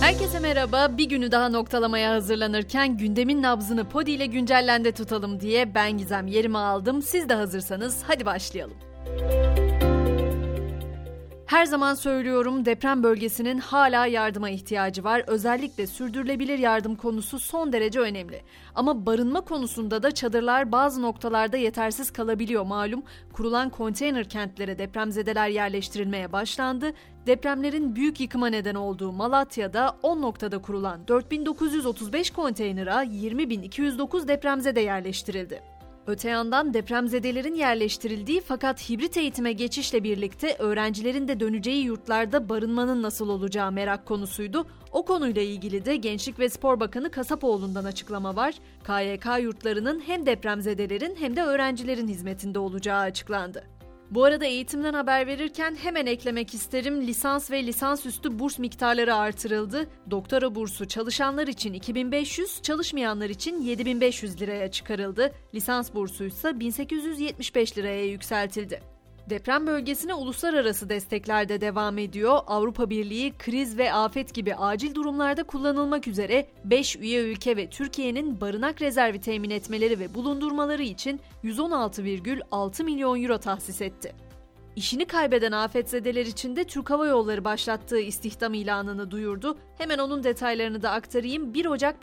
Herkese merhaba. Bir günü daha noktalamaya hazırlanırken gündemin nabzını Podi ile güncellende tutalım diye ben Gizem yerimi aldım. Siz de hazırsanız hadi başlayalım. Her zaman söylüyorum, deprem bölgesinin hala yardıma ihtiyacı var. Özellikle sürdürülebilir yardım konusu son derece önemli. Ama barınma konusunda da çadırlar bazı noktalarda yetersiz kalabiliyor malum. Kurulan konteyner kentlere depremzedeler yerleştirilmeye başlandı. Depremlerin büyük yıkıma neden olduğu Malatya'da 10 noktada kurulan 4935 konteynera 20.209 depremzede yerleştirildi. Öte yandan depremzedelerin yerleştirildiği fakat hibrit eğitime geçişle birlikte öğrencilerin de döneceği yurtlarda barınmanın nasıl olacağı merak konusuydu. O konuyla ilgili de Gençlik ve Spor Bakanı Kasapoğlu'ndan açıklama var. KYK yurtlarının hem depremzedelerin hem de öğrencilerin hizmetinde olacağı açıklandı. Bu arada eğitimden haber verirken hemen eklemek isterim, lisans ve lisansüstü burs miktarları artırıldı. Doktora bursu çalışanlar için 2.500, çalışmayanlar için 7.500 liraya çıkarıldı. Lisans bursu ise 1875 liraya yükseltildi. Deprem bölgesine uluslararası destekler de devam ediyor. Avrupa Birliği kriz ve afet gibi acil durumlarda kullanılmak üzere 5 üye ülke ve Türkiye'nin barınak rezervi temin etmeleri ve bulundurmaları için 116,6 milyon euro tahsis etti. İşini kaybeden afetzedeler için de Türk Hava Yolları başlattığı istihdam ilanını duyurdu. Hemen onun detaylarını da aktarayım. 1 Ocak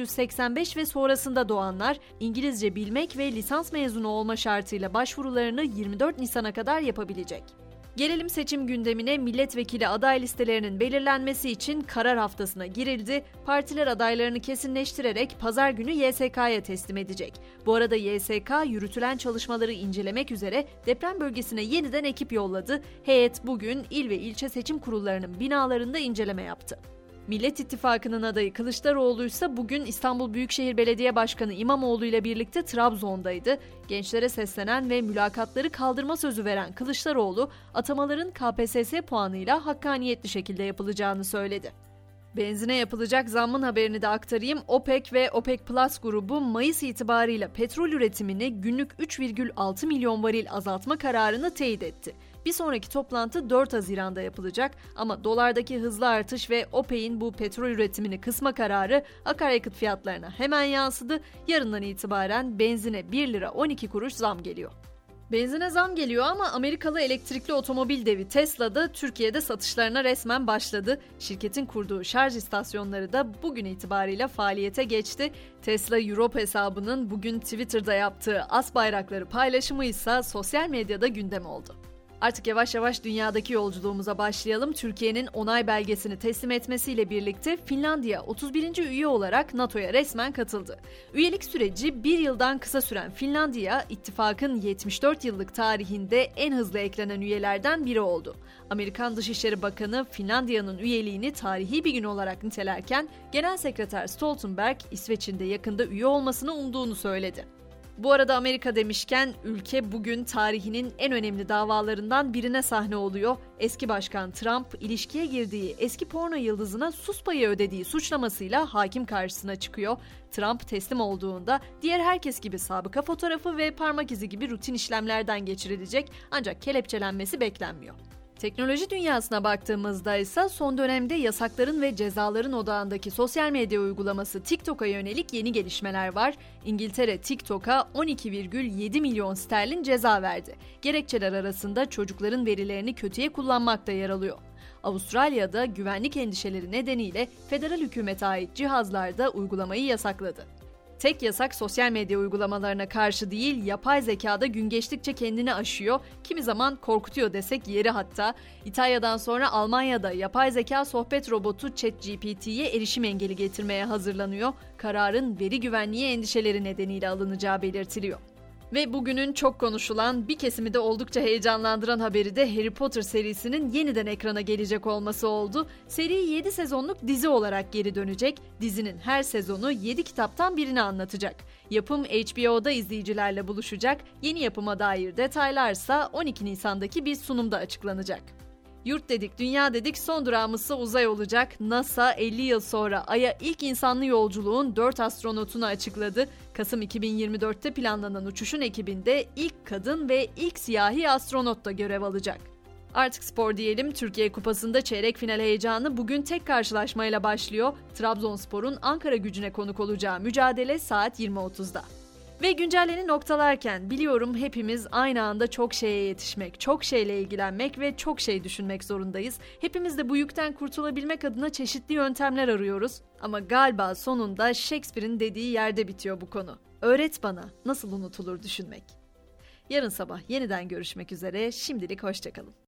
1985 ve sonrasında doğanlar İngilizce bilmek ve lisans mezunu olma şartıyla başvurularını 24 Nisan'a kadar yapabilecek. Gelelim seçim gündemine. Milletvekili aday listelerinin belirlenmesi için karar haftasına girildi. Partiler adaylarını kesinleştirerek pazar günü YSK'ya teslim edecek. Bu arada YSK yürütülen çalışmaları incelemek üzere deprem bölgesine yeniden ekip yolladı. Heyet bugün il ve ilçe seçim kurullarının binalarında inceleme yaptı. Millet İttifakı'nın adayı Kılıçdaroğlu ise bugün İstanbul Büyükşehir Belediye Başkanı İmamoğlu ile birlikte Trabzon'daydı. Gençlere seslenen ve mülakatları kaldırma sözü veren Kılıçdaroğlu, atamaların KPSS puanıyla hakkaniyetli şekilde yapılacağını söyledi. Benzine yapılacak zammın haberini de aktarayım. OPEC ve OPEC Plus grubu Mayıs itibarıyla petrol üretimini günlük 3,6 milyon varil azaltma kararını teyit etti. Bir sonraki toplantı 4 Haziran'da yapılacak ama dolardaki hızlı artış ve OPEC'in bu petrol üretimini kısma kararı akaryakıt fiyatlarına hemen yansıdı. Yarından itibaren benzine 1 lira 12 kuruş zam geliyor. Benzine zam geliyor ama Amerikalı elektrikli otomobil devi Tesla da Türkiye'de satışlarına resmen başladı. Şirketin kurduğu şarj istasyonları da bugün itibariyle faaliyete geçti. Tesla Europe hesabının bugün Twitter'da yaptığı as bayrakları paylaşımı ise sosyal medyada gündem oldu. Artık yavaş yavaş dünyadaki yolculuğumuza başlayalım. Türkiye'nin onay belgesini teslim etmesiyle birlikte Finlandiya 31. üye olarak NATO'ya resmen katıldı. Üyelik süreci 1 yıldan kısa süren Finlandiya, ittifakın 74 yıllık tarihinde en hızlı eklenen üyelerden biri oldu. Amerikan Dışişleri Bakanı Finlandiya'nın üyeliğini tarihi bir gün olarak nitelerken, Genel Sekreter Stoltenberg, İsveç'in de yakında üye olmasını umduğunu söyledi. Bu arada Amerika demişken ülke bugün tarihinin en önemli davalarından birine sahne oluyor. Eski başkan Trump, ilişkiye girdiği eski porno yıldızına sus payı ödediği suçlamasıyla hakim karşısına çıkıyor. Trump teslim olduğunda diğer herkes gibi sabıka fotoğrafı ve parmak izi gibi rutin işlemlerden geçirilecek ancak kelepçelenmesi beklenmiyor. Teknoloji dünyasına baktığımızda ise son dönemde yasakların ve cezaların odağındaki sosyal medya uygulaması TikTok'a yönelik yeni gelişmeler var. İngiltere TikTok'a 12,7 milyon sterlin ceza verdi. Gerekçeler arasında çocukların verilerini kötüye kullanmak da yer alıyor. Avustralya'da güvenlik endişeleri nedeniyle federal hükümete ait cihazlarda uygulamayı yasakladı. Tek yasak sosyal medya uygulamalarına karşı değil, yapay zekada gün geçtikçe kendini aşıyor, kimi zaman korkutuyor desek yeri hatta. İtalya'dan sonra Almanya'da yapay zeka sohbet robotu ChatGPT'ye erişim engeli getirmeye hazırlanıyor. Kararın veri güvenliği endişeleri nedeniyle alınacağı belirtiliyor. Ve bugünün çok konuşulan, bir kesimi de oldukça heyecanlandıran haberi de Harry Potter serisinin yeniden ekrana gelecek olması oldu. Seri 7 sezonluk dizi olarak geri dönecek. Dizinin her sezonu 7 kitaptan birini anlatacak. Yapım HBO'da izleyicilerle buluşacak. Yeni yapıma dair detaylarsa 12 Nisan'daki bir sunumda açıklanacak. Yurt dedik, dünya dedik, son durağımızsa uzay olacak. NASA 50 yıl sonra Ay'a ilk insanlı yolculuğun 4 astronotunu açıkladı. Kasım 2024'te planlanan uçuşun ekibinde ilk kadın ve ilk siyahi astronot da görev alacak. Artık spor diyelim. Türkiye Kupası'nda çeyrek final heyecanı bugün tek karşılaşmayla başlıyor. Trabzonspor'un Ankaragücü'ne konuk olacağı mücadele saat 20.30'da. Ve güncelleni noktalarken biliyorum hepimiz aynı anda çok şeye yetişmek, çok şeyle ilgilenmek ve çok şey düşünmek zorundayız. Hepimiz de bu yükten kurtulabilmek adına çeşitli yöntemler arıyoruz. Ama galiba sonunda Shakespeare'in dediği yerde bitiyor bu konu. Öğret bana nasıl unutulur düşünmek. Yarın sabah yeniden görüşmek üzere, şimdilik hoşça kalın.